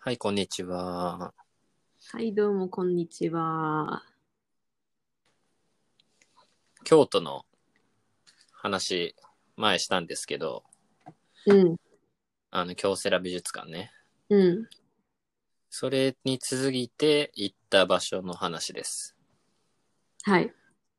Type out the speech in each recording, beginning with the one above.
はい、こんにちは。 はい、どうも、こんにちは。 京都の話、前したんですけど、 うん、 京セラ美術館ね。 うん。 それに続いて行った場所の話です。 はい。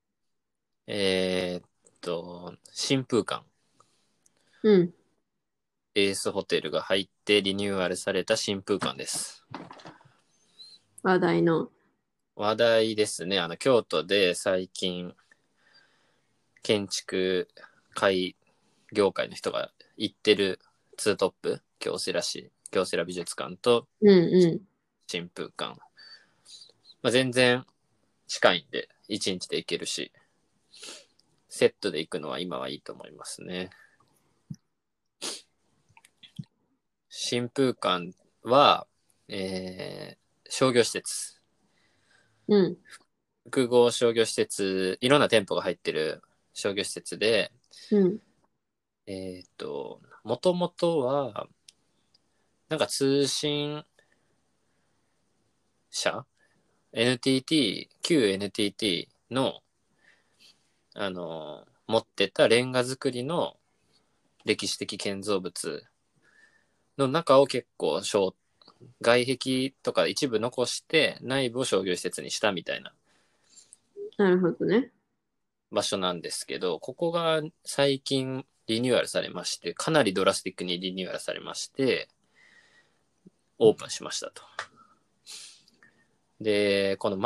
新風館、 うん。 エースホテルが入ってリニューアルされた新風館です。 話題の。 話題ですね。京都で最近、建築界業界の人が行ってるツートップ、京セラ美術館とうん、 新風館。全然近いんで、1日で行けるし、セットで行くのは今はいいと思いますね。新風館は、商業施設。 うん、 複合商業施設、いろんな店舗が入ってる商業施設で、 うん、 もともとは、なんか通信社 ?NTT、旧 NTT の、持ってたレンガ造りの歴史的建造物の中を結構外壁とか一部残して内部を商業施設にしたみたいななるほどね。 場所なんですけど、ここが最近リニューアルされまして、かなりドラスティックにリニューアルされまして、オープンしましたと。で、この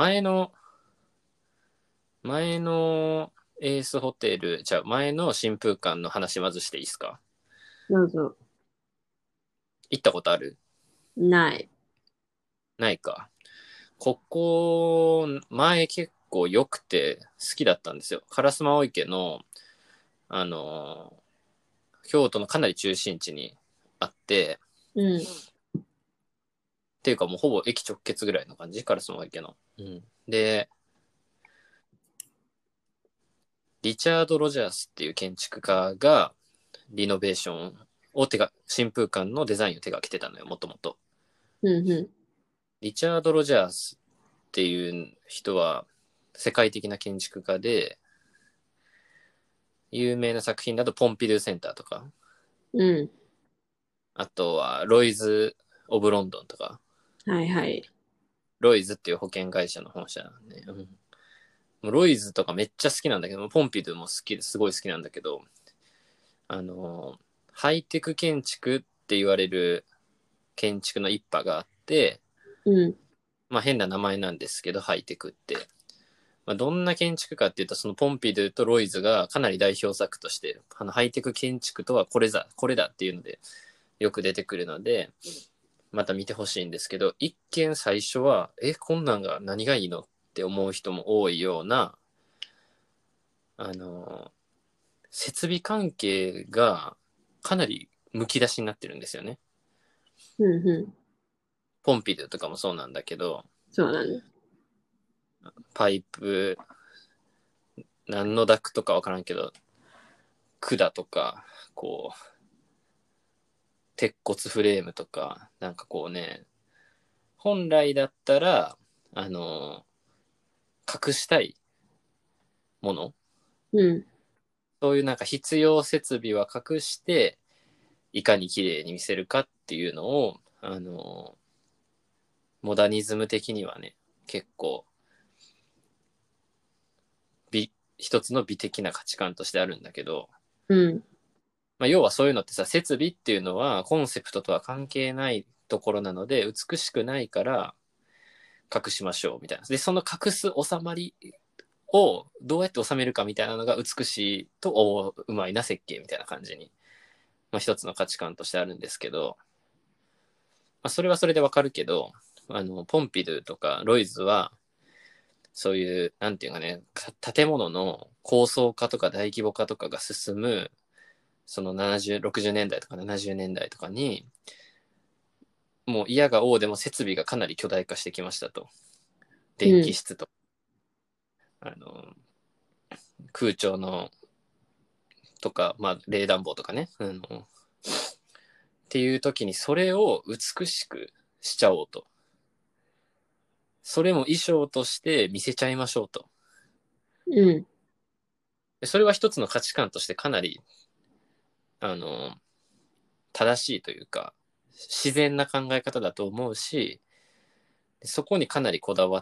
前のエースホテル、じゃあ前の新風館の話まずしていいですか？ どうぞ。 行ったことある？ ない。 ないか。ここ、前結構良くて好きだったんですよ。烏丸御池の、あの、京都のかなり中心地にあって、 うん、 っていうかもうほぼ駅直結ぐらいの感じ、烏丸池の。うん。で、リチャード・ロジャースっていう建築家がリノベーションを新風館のデザインを手掛けてたのよ、もともと。 うん、うリチャード・ロジャースっていう人は世界的な建築家で、有名な作品だとポンピドゥセンターとか、 ん、うん。 あとはロイズ・オブ・ロンドンとか、 はいはい。 ロイズっていう保険会社の本社なんで、ロイズとかめっちゃ好きなんだけど、ポンピドゥもすごい好きなんだけど、あの、ハイテク建築って言われる建築の一派があって、 うん、 変な名前なんですけど、ハイテクって。どんな建築かっていうと、そのポンピドゥとロイズがかなり代表作として、ハイテク建築とはこれだっていうので、よく出てくるので、また見てほしいんですけど、一見最初は、こんなんが何がいいのって思う人も多いような、あの、設備関係がかなりむき出しになってるんですよね。 うん、うん。 ポンピドゥとかもそうなんだけど、 そうだね。 パイプ、何のダクとかわからんけど、管とか、こう、鉄骨フレームとか、なんかこうね、本来だったら、あの、隠したいもの、 うん、 そういうなんか必要設備は隠して、いかに綺麗に見せるかっていうのを、モダニズム的にはね、結構一つの美的な価値観としてあるんだけど、 うん、 要はそういうのってさ、設備っていうのはコンセプトとは関係ないところなので、美しくないから隠しましょうみたいな。で、その隠す収まりをどうやって収めるかみたいなのが美しいと、うまいな設計みたいな感じに、一つの価値観としてあるんですけど、それはそれでわかるけど、ポンピドゥとかロイズは、そういう、なんていうかね、建物の高層化とか大規模化とかが進む、その70、60年代とか70年代とかに、もう嫌が応でも設備がかなり巨大化してきましたと。 うん、 電気室と、あの、空調の、とか、冷暖房とかね、っていう時にそれを美しくしちゃおうと。それも衣装として見せちゃいましょうと。 うん。 それは一つの価値観としてかなり、あの、正しいというか、自然な考え方だと思うし、そこにかなりこだわって、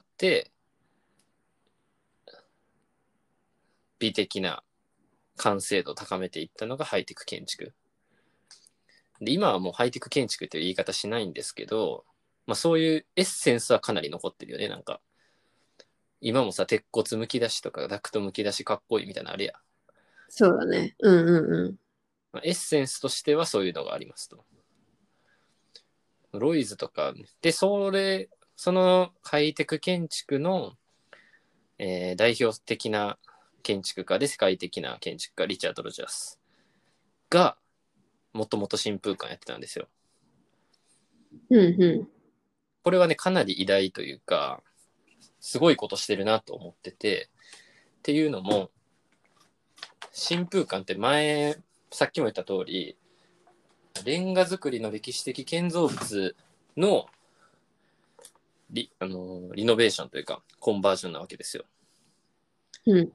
美的な完成度を高めていったのがハイテク建築。で、今はもうハイテク建築という言い方しないんですけど、まあそういうエッセンスはかなり残ってるよね、なんか。今もさ、鉄骨むき出しとかダクトむき出しかっこいいみたいなのあれや。 そうだね。うんうんまあ、エッセンスとしてはそういうのがありますと。ロイズとか、で、そのハイテク建築の、代表的な建築家で世界的な建築家、リチャード・ロジャースが、もともと新風館やってたんですよ。 うん。うんうこれはね、かなり偉大というか、すごいことしてるなと思ってて、っていうのも、新風館って前、さっきも言った通り、レンガ造りの歴史的建造物のリノベーションというか、コンバージョンなわけですよ。 ん。うん。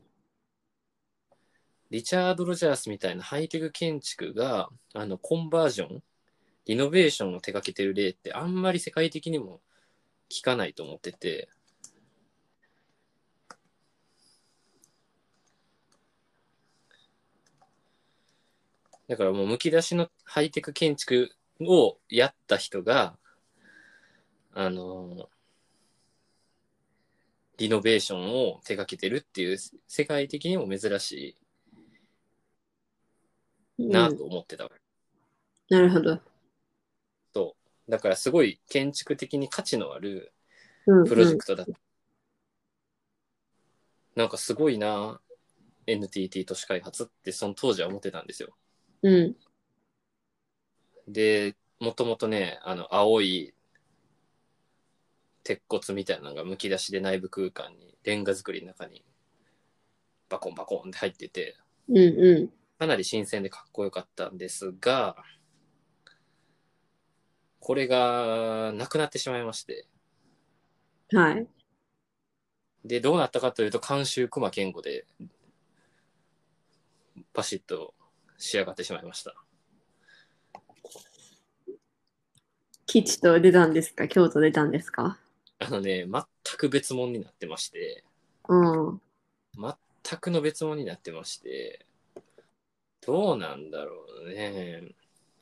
リチャード・ロジャースみたいなハイテク建築が、コンバージョン、リノベーションを手掛けてる例ってあんまり世界的にも聞かないと思ってて、だからもうむき出しのハイテク建築をやった人が、あの、リノベーションを手掛けてるっていう世界的にも珍しいなうん。 と思ってた。 なるほど。 と、だからすごい建築的に価値のあるプロうんうん。 ジェクトだ。なんかすごいな、NTT 都市開発ってその当時は思ってたんですよ。 うん。 で、もともとね、青い鉄骨みたいなのがむき出しで内部空間に、レンガ造りの中にバコンバコンって入ってて、 うんうかなり新鮮でかっこよかったんですが、これがなくなってしまいまして、 ん。はい。 で、どうなったかというと、監修熊健吾でパシッと仕上がってしまいました。 基地と出たんですか？京都出たんですか？ 全く別物になってまして、 うん。 全くの別物になってまして、どうなんだろうね。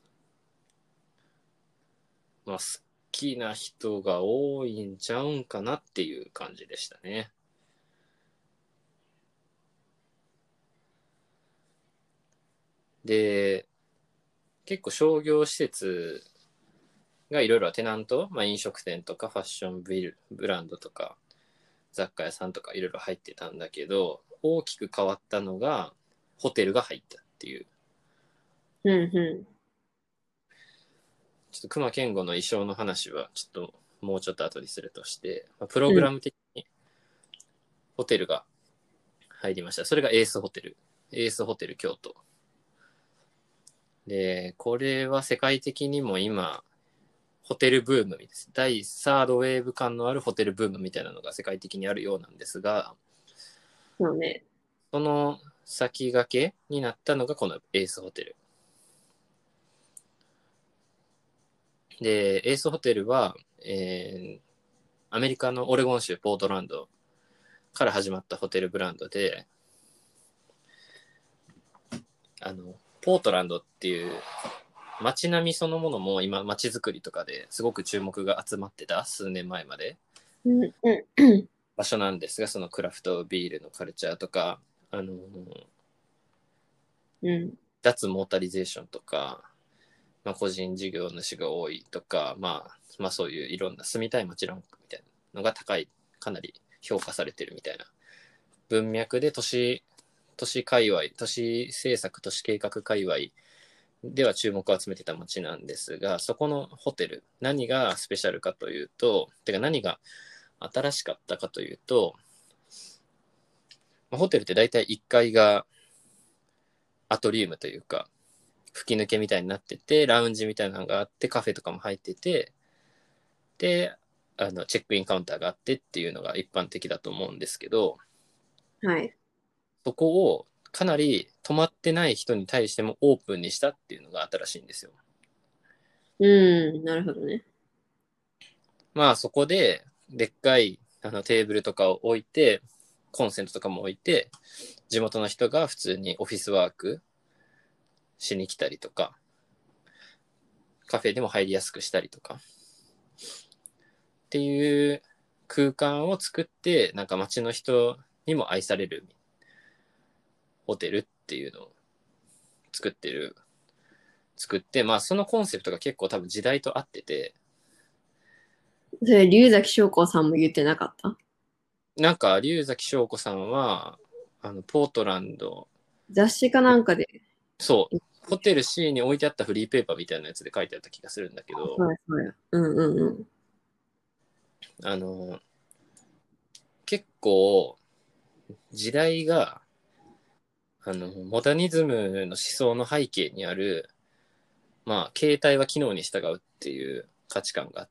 まあ、好きな人が多いんちゃうんかなっていう感じでしたね。で、結構商業施設がいろいろテナント、まあ、飲食店とかファッションブランドとか雑貨屋さんとかいろいろ入ってたんだけど、大きく変わったのがホテルが入ったっていう。 うんうちょっと熊健吾の衣装の話はちょっともうちょっと後にするとして、まあ、プロん。うん。 グラム的にホテルが入りました。それがエースホテル。エースホテル京都。で、これは世界的にも今、ホテルブームです。第サードウェーブ感のあるホテルブームみたいなのが世界的にあるようなんですが、 そうね。 その先駆けになったのがこのエースホテル。で、エースホテルは、アメリカのオレゴン州ポートランドから始まったホテルブランドで、ポートランドっていう街並みそのものも今街づくりとかですごく注目が集まってた数年前までうんうん場所なんですが、そのクラフトビールのカルチャーとか、 うん。 脱モータリゼーションとか、まあ、個人事業主が多いとか、まあそういういろんな住みたい街ランクみたいなのが高い、かなり評価されてるみたいな文脈で都市界隈、都市政策、都市計画界隈では注目を集めてた街なんですが、そこのホテル、何がスペシャルかというと、てか何が新しかったかというと、ホテルって大体1階がアトリウムというか、吹き抜けみたいになってて、ラウンジみたいなのがあって、カフェとかも入ってて、っで、チェックインカウンターがあってっていうのが一般的だと思うんですけど、 はい。 そこをかなり泊まってない人に対してもオープンにしたっていうのが新しいんですよ。 うん、なるほどね。 まあそこででっかいテーブルとかを置いて、コンセントとかも置いて、地元の人が普通にオフィスワークしに来たりとか、カフェでも入りやすくしたりとかっていう空間を作って、なんか街の人にも愛されるホテルっていうのを作ってる、作って、まあそのコンセプトが結構多分時代と合ってて、 それ、龍崎翔子さんも言ってなかった？ なんか龍崎翔子さんは、ポートランド、 雑誌かなんかで。 そう、ホテル C に置いてあったフリーペーパーみたいなやつで書いてあった気がするんだけど、 そうや、そうや。うんうんうん。 あの、結構時代が、モダニズムの思想の背景にある、まあ、携帯は機能に従うっていう価値観があって、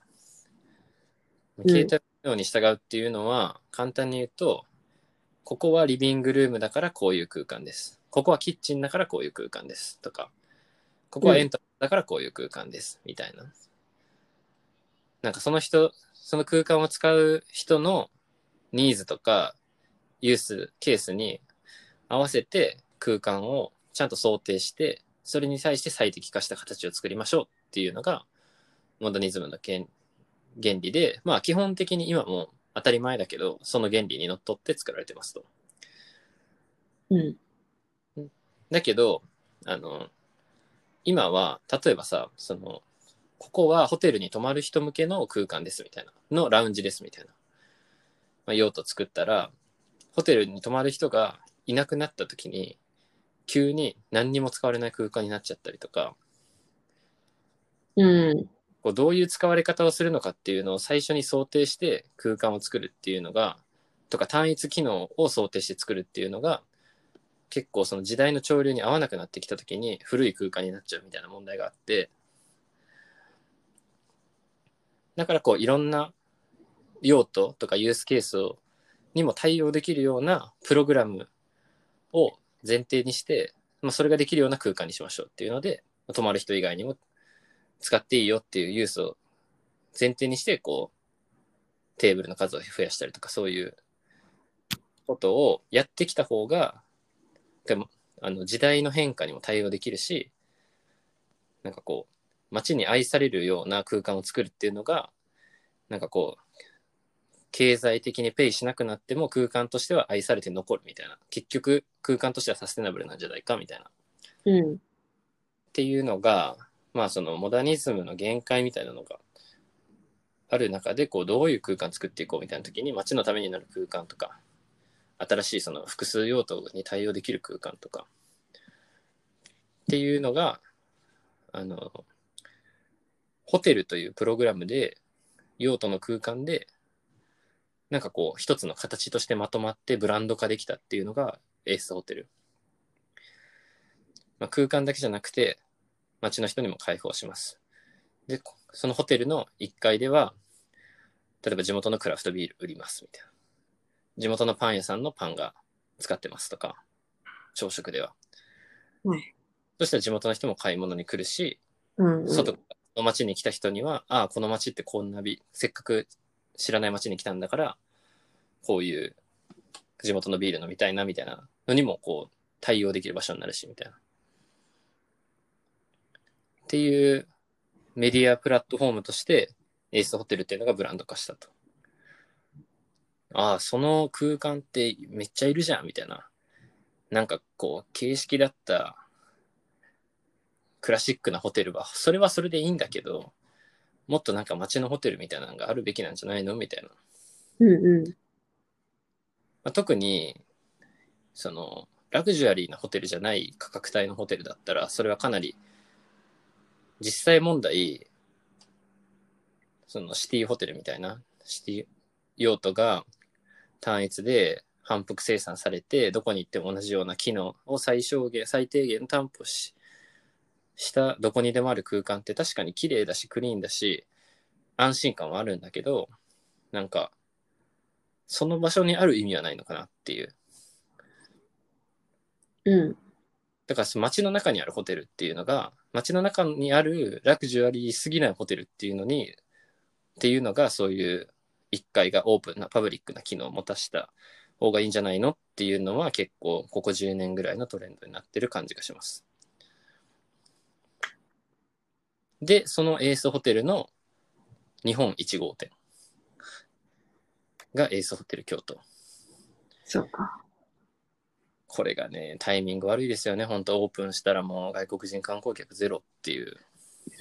携帯は機能に従うっていうのは、簡単に言うと、ここはリビングルームだからこういう空間です。ここはキッチンだからこういう空間です。とか、ここはエントランスだからこういう空間です。みたいな。なんかその空間を使う人のニーズとか、ユースケースに合わせて空間をちゃんと想定して、それに対して最適化した形を作りましょうっていうのが、モダニズムの原理で、まあ基本的に今も当たり前だけど、その原理にのっとって作られてますと。 うん。 だけど、あの、今は、例えばさ、ここはホテルに泊まる人向けの空間ですみたいな、のラウンジですみたいな、まあ、用途作ったら、ホテルに泊まる人がいなくなった時に、急に何にも使われない空間になっちゃったりとか、 うん。 こうどういう使われ方をするのかっていうのを最初に想定して空間を作るっていうのが、とか単一機能を想定して作るっていうのが、結構その時代の潮流に合わなくなってきた時に古い空間になっちゃうみたいな問題があって、だからこういろんな用途とかユースケースにも対応できるようなプログラムを前提にして、まあ、それができるような空間にしましょうっていうので、泊まる人以外にも使っていいよっていうユースを前提にして、こう、テーブルの数を増やしたりとか、そういうことをやってきた方が、でも時代の変化にも対応できるし、なんかこう、街に愛されるような空間を作るっていうのが、なんかこう、経済的にペイしなくなっても空間としては愛されて残るみたいな。結局、空間としてはサステナブルなんじゃないかみたいな。っうん。 ていうのが、まあそのモダニズムの限界みたいなのがある中で、こうどういう空間作っていこうみたいな時に、街のためになる空間とか、新しいその複数用途に対応できる空間とかっていうのが、あの、ホテルというプログラムで、用途の空間で、なんかこう一つの形としてまとまってブランド化できたっていうのがエースホテル。まあ、空間だけじゃなくて、街の人にも開放します。で、そのホテルの1階では、例えば地元のクラフトビール売りますみたいな。地元のパン屋さんのパンが使ってますとか、朝食では。 はい。 そしたら地元の人も買い物に来るし、 うんうん。 外の町に来た人には、ああ、この町ってこんなせっかく知らない町に来たんだから、こういう地元のビール飲みたいなみたいなのにもこう対応できる場所になるしみたいな。っていうメディアプラットフォームとしてエースホテルっていうのがブランド化したと。ああ、その空間ってめっちゃいるじゃんみたいな。なんかこう形式だったクラシックなホテルはそれでいいんだけど、もっとなんか街のホテルみたいなのがあるべきなんじゃないのみたいな。 うんうん。 まあ、特に、ラグジュアリーなホテルじゃない価格帯のホテルだったら、それはかなり、実際問題、そのシティホテルみたいな、シティ用途が単一で反復生産されて、どこに行っても同じような機能を最低限担保したどこにでもある空間って確かに綺麗だし、クリーンだし、 安心感はあるんだけど、なんか、その場所にある意味はないのかなっていう。 うん。 だから街の中にあるホテルっていうのが、街の中にあるラグジュアリーすぎないホテルっていうのが、そういう1階がオープンなパブリックな機能を持たした方がいいんじゃないのっていうのは結構ここ10年ぐらいのトレンドになってる感じがします。で、そのエースホテルの日本1号店がエースホテル京都。 そうか。 これがね、タイミング悪いですよね。本当オープンしたらもう外国人観光客ゼロっていう。 うん。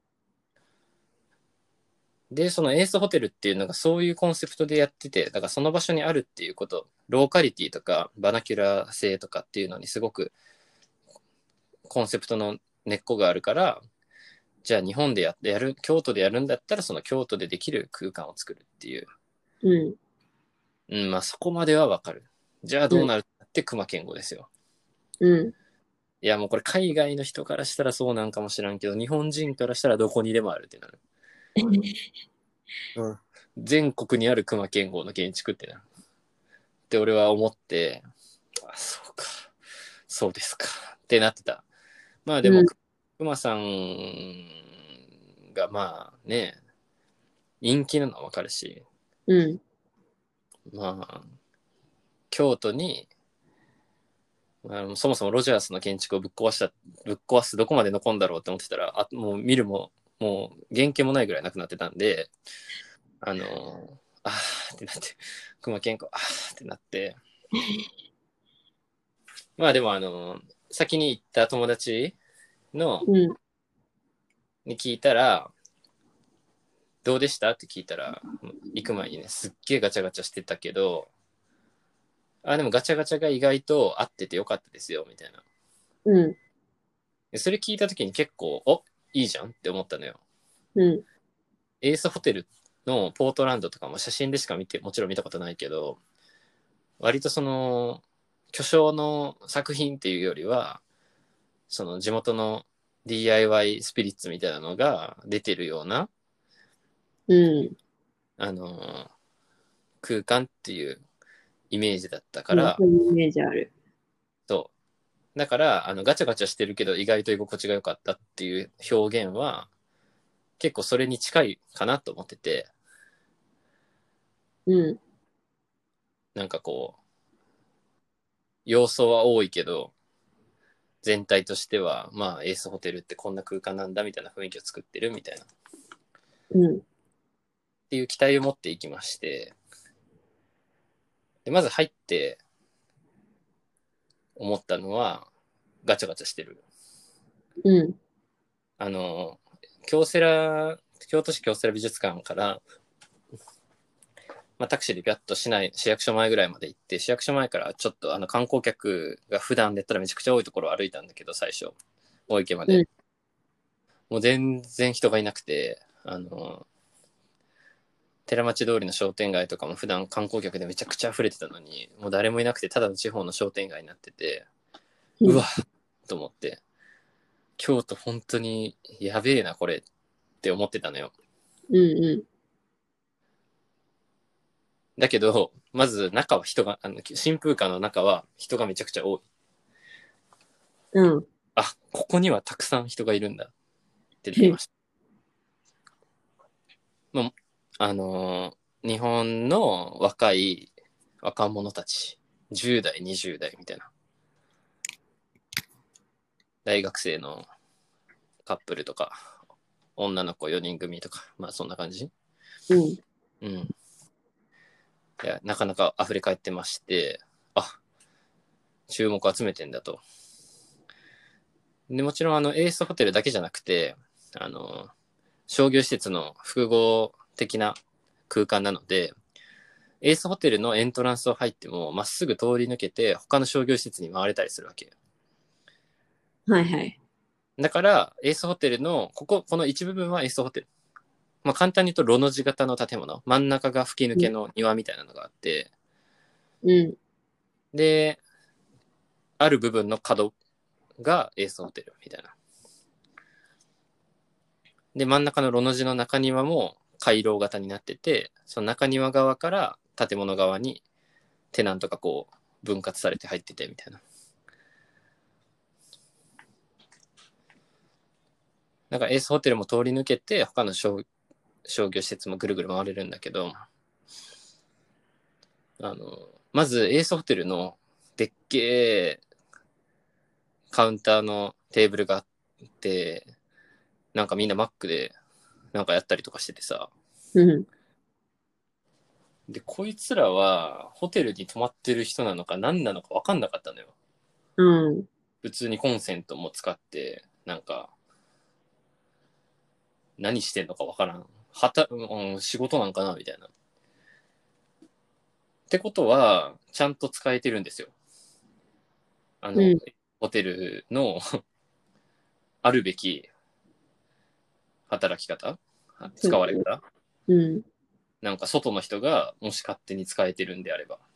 で、そのエースホテルっていうのがそういうコンセプトでやってて、だからその場所にあるっていうこと、ローカリティとかバナキュラー性とかっていうのにすごくコンセプトの根っこがあるから、じゃあ日本でやる、京都でやるんだったらその京都でできる空間を作るっていう。 うん。 うん、まあそこまではわかる。じゃあどうん。 うなるって熊健吾ですよ。 うん。 いやもうこれ海外の人からしたらそうなんかもしらんけど、日本人からしたらどこにでもあるってなる。うん、全国にある熊健吾の建築ってなるって俺は思って、あ、そうか、そうですかってなってた。まあでも、 うん。 熊さんがまあね、人気なのはわかるし、 うん。 まあ、京都に、そもそもロジャースの建築をぶっ壊すどこまで残んだろうって思ってたら、もう見るも、もう原型もないぐらいなくなってたんで、あーってなって、熊健吾、あーってなって、まあでも先に行った友達の、 うん。 に聞いたら、どうでしたって聞いたら、行く前にね、すっげえガチャガチャしてたけど、でもガチャガチャが意外と合っててよかったですよ、みたいな。 うん。 でそれ聞いた時に結構、いいじゃんって思ったのよ。 うん。 エースホテルのポートランドとかも写真でしかもちろん見たことないけど、割とその、巨匠の作品っていうよりは、その地元の DIY スピリッツみたいなのが出てるような、 うん。 あの空間っていうイメージだったかうん。 ら、 そういうイメージある。 そう。だから、ガチャガチャしてるけど意外と居心地が良かったっていう表現は、結構それに近いかなと思ってて、 うん。 なんかこう、要素は多いけど、全体としては、まあ、エースホテルってこんな空間なんだみたいな雰囲気を作ってるみたいな、っうん。 ていう期待を持っていきまして、でまず入って思ったのは、ガチャガチャしてる。 うん。 あの、京セラ、京都市京セラ美術館から、まあ、タクシーでピャッと市役所前ぐらいまで行って、市役所前からちょっと観光客が普段だったらめちゃくちゃ多いところを歩いたんだけど、最初、大池まで。 うん。 もう全然人がいなくて、寺町通りの商店街とかも普段観光客でめちゃくちゃ溢れてたのに、もう誰もいなくて、ただの地方の商店街になってて、 うん。 うわと思って、京都本当にやべえな、これって思ってたのよ。 うん。 だけど、まず中は人が、新風館の中は人がめちゃくちゃ多い。 うん。 ここにはたくさん人がいるんだってなりました。もう、日本の若者たち、10代、20代みたいな、大学生のカップルとか、女の子4人組とか、まあそんな感じ。 うん。 うん。いや、なかなか溢れ返ってまして、注目を集めてんだと。で、もちろんエースホテルだけじゃなくて、あの、商業施設の複合的な空間なので、エースホテルのエントランスを入っても、まっすぐ通り抜けて、他の商業施設に回れたりするわけ。 はいはい。 だから、エースホテルの、この一部分はエースホテル。まあ、簡単に言うと、ロの字型の建物。真ん中が吹き抜けの庭みたいなのがあって、 うん。 で、ある部分の角がエースホテルみたいな。 で、真ん中のロの字の中庭も回廊型になってて、その中庭側から建物側にテナントがこう分割されて入っててみたいな。なんかエースホテルも通り抜けて他の商業施設もぐるぐる回れるんだけど、まずエースホテルのでっけえカウンターのテーブルがあって、なんかみんなマックでなんかやったりとかしててさ、 うん。 で、こいつらはホテルに泊まってる人なのか何なのか分かんなかったのよ。 うん。 普通にコンセントも使って、なんか、何してんのか分からん。仕事なんかなみたいな。ってことは、ちゃんと使えてるんですよ。 うん。 ホテルのあるべき働き方使われ方うん。 なんか外の人がもし勝手に使えてるんであれば。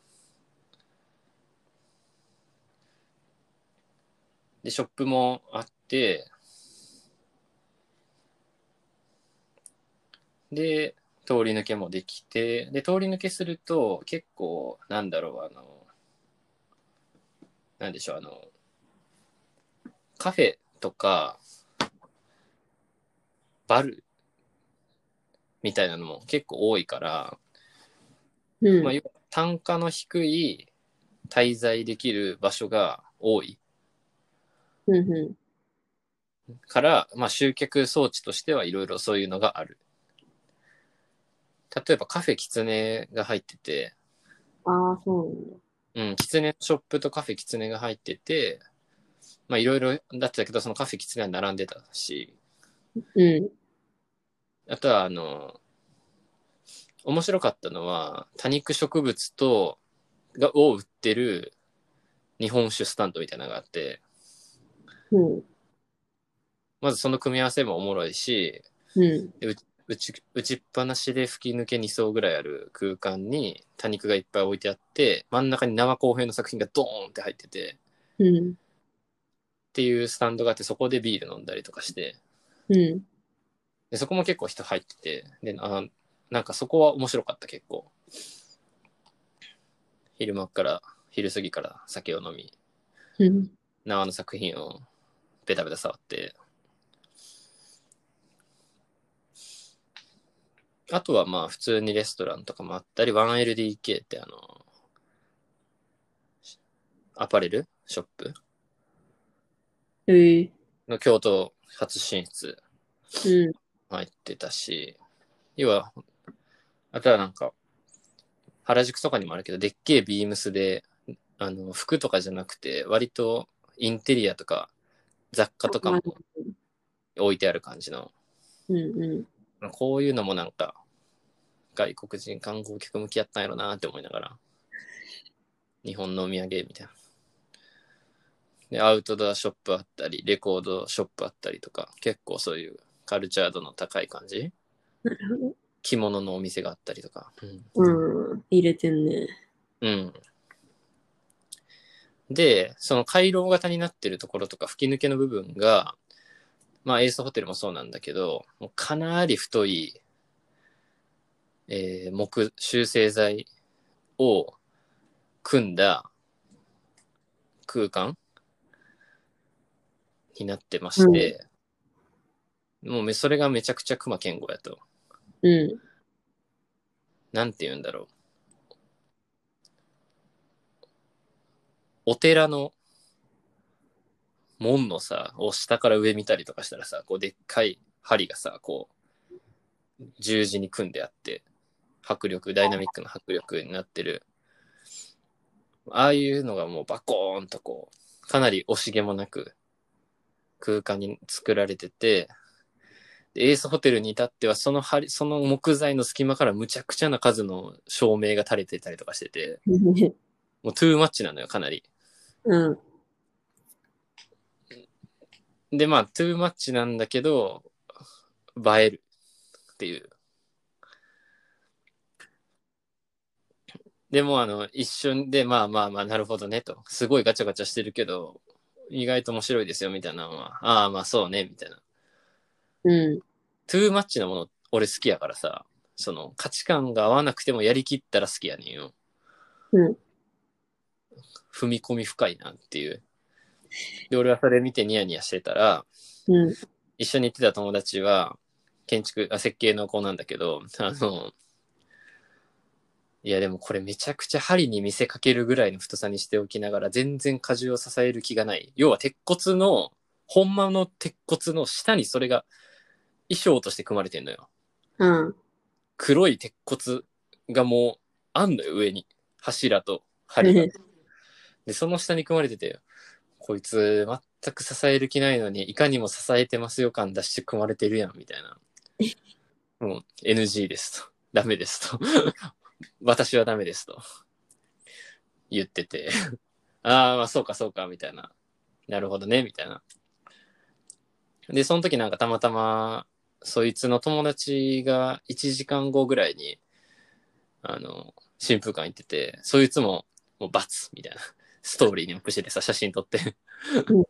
で、ショップもあって、で、通り抜けもできて、で、通り抜けすると結構、なんだろう、なんでしょう、カフェとか、バルみたいなのも結構多いから、 うん。 まあ、単価の低い滞在できる場所が多いうん。うん。 から、まあ、集客装置としてはいろいろそういうのがある。例えばカフェキツネが入ってて、 ああ、そうなんだ。 うん、キツネショップとカフェキツネが入ってて、まあいろいろだってたけど、そのカフェキツネは並んでたし、 うん。 あとは面白かったのは、多肉植物を売ってる日本酒スタンドみたいなのがあって、 うん。 まずその組み合わせもおもろいし、 うん。 で打ちっぱなしで吹き抜け2層ぐらいある空間に多肉がいっぱい置いてあって、真ん中に生公平の作品がドーンって入ってて、 うん。 っていうスタンドがあって、そこでビール飲んだりとかして、 うん。 でそこも結構人入ってて、で、なんかそこは面白かった、結構。昼間から、昼過ぎから酒を飲み、 うん。 縄の作品をベタベタ触って、あとはまあ普通にレストランとかもあったり、1LDK ってアパレルショップええ。 の京都初進出うん。 入ってたし、要は、あとはなんか、原宿とかにもあるけど、でっけえビームスで、服とかじゃなくて、割とインテリアとか雑貨とかも置いてある感じの、 うん。うん。 こういうのもなんか、外国人観光客向きやったんやろなって思いながら、日本のお土産みたいな。で、アウトドアショップあったり、レコードショップあったりとか、結構そういうカルチャー度の高い感じなるほど。 着物のお店があったりとか。 うん。入れてんね。 うん。で、その回廊型になってるところとか吹き抜けの部分が、まあエースホテルもそうなんだけど、もうかなり太い、集成材を組んだ空間になってまうん。 して、もうそれがめちゃくちゃ熊健吾やと。 うん。 なんて言うんだろう。お寺の門のさ、を下から上見たりとかしたらさ、こうでっかい針がさ、こう十字に組んであって、ダイナミックな迫力になってる。ああいうのがもうバコーンとこう、かなり惜しげもなく空間に作られてて、エースホテルに至ってはその木材の隙間からむちゃくちゃな数の照明が垂れてたりとかしてて、もうトゥーマッチなのよ、かなり。 うん。 で、まあ、トゥーマッチなんだけど、映えるっていう。でも、一瞬で、まあまあまあ、なるほどねと。すごいガチャガチャしてるけど、意外と面白いですよ、みたいなのは。ああ、まあそうね、みたいな。 うん。 トゥーマッチなもの俺好きやからさ、その価値観が合わなくてもやりきったら好きやねんよ。 うん。 踏み込み深いなっていう。で、俺はそれ見てニヤニヤしてたら、 うん。 一緒に行ってた友達は、設計の子なんだけど、いやでもこれめちゃくちゃ針に見せかけるぐらいの太さにしておきながら全然荷重を支える気がない。要は鉄骨の、ほんまの鉄骨の下にそれが衣装として組まれてんのよ。 うん。 黒い鉄骨がもうあんのよ、上に。柱と針が。で、その下に組まれてて、こいつ全く支える気ないのに、いかにも支えてますよ感出して組まれてるやん、みたいな。もう NG ですと。ダメですと。私はダメですと言ってて。ああ、まあそうかそうか、みたいな。なるほどね、みたいな。で、その時なんかたまたま、そいつの友達が1時間後ぐらいに、新風館行ってて、そいつも、もうバツみたいな。ストーリーにアップしててさ、写真撮って。 うん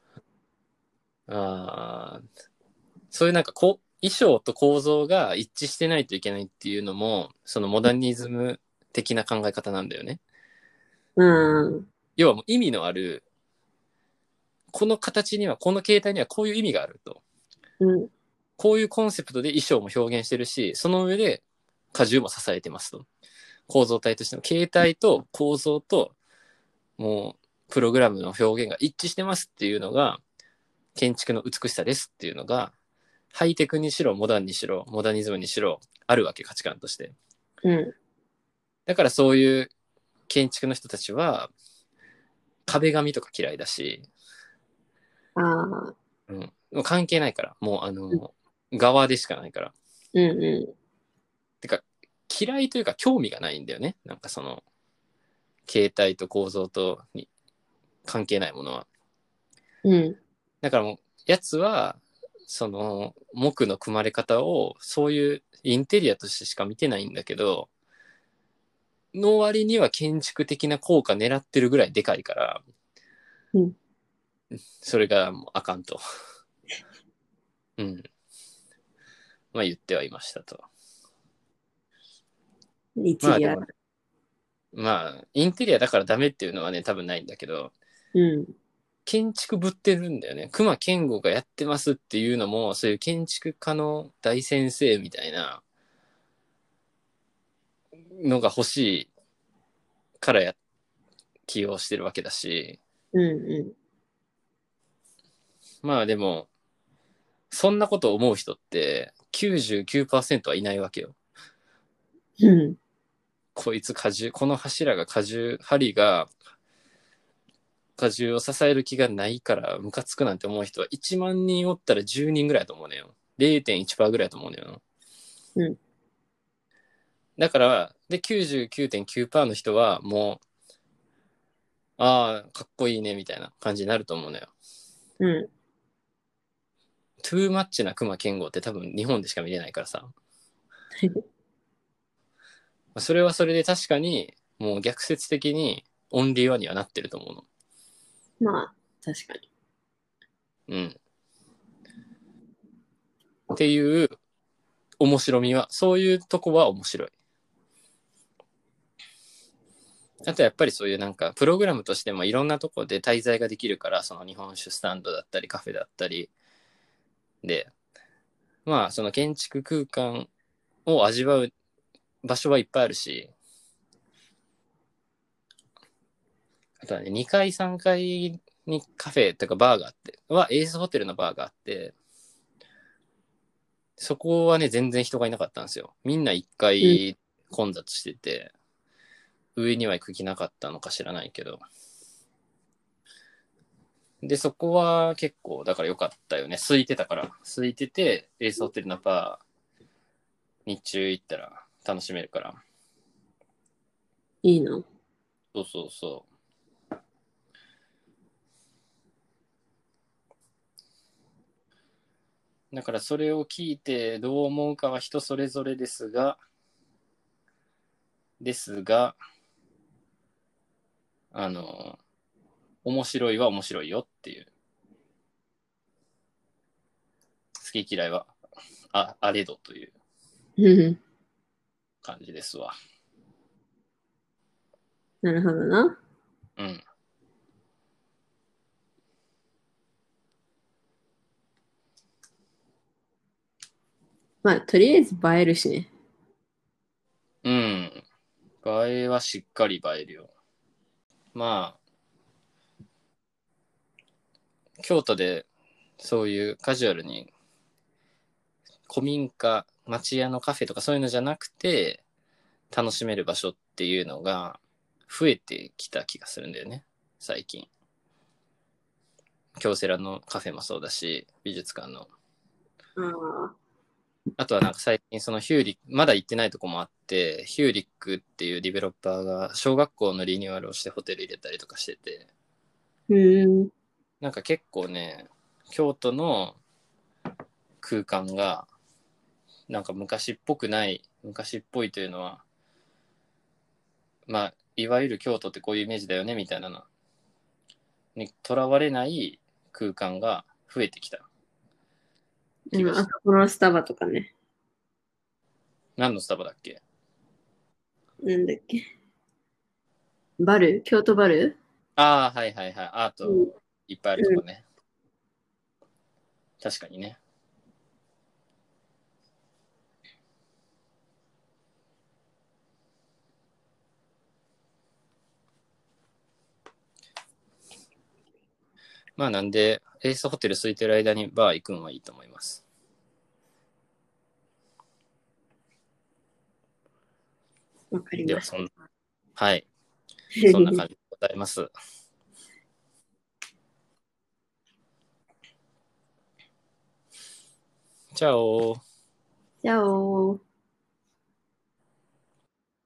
ああ、そういうなんか衣装と構造が一致してないといけないっていうのも、そのモダニズム的な考え方なんだよね。 うん。 要はもう意味のある、この形には、この形態にはこういう意味があると。 うん。 こういうコンセプトで衣装も表現してるし、その上で荷重も支えてますと。構造体としての形態と構造と、もう、プログラムの表現が一致してますっていうのが、建築の美しさですっていうのが、ハイテクにしろ、モダンにしろ、モダニズムにしろ、あるわけ、価値観として。 うん。 だからそういう建築の人たちは、壁紙とか嫌いだし、 ああ。 うん。もう関係ないから。もう側でしかないから。 うんうてか、嫌いというか興味がないんだよね。なんかその、形態と構造とに関係ないものは。 ん。うん。 だからもう、やつは、その、木の組まれ方を、そういうインテリアとしてしか見てないんだけど、の割には建築的な効果狙ってるぐらいでかいから、 うん。 それがもうあかんと。うん。まあ言ってはいましたと。 一理ある。 まあでも、まあ、インテリアだからダメっていうのはね、多分ないんだけど、 うん。 建築ぶってるんだよね。隈研吾がやってますっていうのも、そういう建築家の大先生みたいなのが欲しいから起用してるわけだし、 うんうまあでも、そんなこと思う人って99%はいないわけよ。 ん。うん。 こいつこの柱が針が荷重を支える気がないからムカつくなんて思う人は1万人おったら10人ぐらいだと思うのよ。0.1%ぐらいだと思うのよ。 うん。 だから、で、99.9%の人はもう、ああ、かっこいいね、みたいな感じになると思うのよ。 うん。 トゥーマッチな熊健吾って多分日本でしか見れないからさ。それはそれで確かに、もう逆説的にオンリーワンにはなってると思うの。 まあ、確かに。 うん。っていう面白みは、そういうとこは面白い。あとやっぱりそういうなんか、プログラムとしてもいろんなとこで滞在ができるから、その日本酒スタンドだったりカフェだったりで、まあその建築空間を味わう場所はいっぱいあるし、あとはね、2階、3階にカフェとかバーがあって、エースホテルのバーがあって、そこはね、全然人がいなかったんですよ。みんな1 うん。 階混雑してて、上には行く気なかったのか知らないけど。で、そこは結構、だから良かったよね。空いてたから。空いてて、エースホテルのバー、日中行ったら楽しめるから。 いいな。 そうそうそう。だからそれを聞いてどう思うかは人それぞれですが、あの、面白いは面白いよっていう。好き嫌いはあれどといううん感じですわ。 なるほどな。 うん。 まあ、とりあえず映えるしね。 うん。映えはしっかり映えるよ。まあ、京都でそういうカジュアルに古民家、町屋のカフェとかそういうのじゃなくて、楽しめる場所っていうのが増えてきた気がするんだよね、最近。京セラのカフェもそうだし、美術館の。 ああ。 あとはなんか最近そのヒューリック、まだ行ってないとこもあって、ヒューリックっていうディベロッパーが小学校のリニューアルをしてホテル入れたりとかしてて、 うん。 なんか結構ね、京都の空間がなんか昔っぽくない、昔っぽいというのは、まあ、いわゆる京都ってこういうイメージだよねみたいなのにとらわれない空間が増えてきた気があして。 そこのスタバとかね。 何のスタバだっけ？ なんだっけ。バル京都バル。 ああ、はいはいはい。アーうん。 トいっぱいあるとこね。確かにね。まあなんで、エースホテル空いてる間にバー行くのはいいと思います。 わかりでは、 ましはい。そんなた。 感じでございます。チャオじゃあ。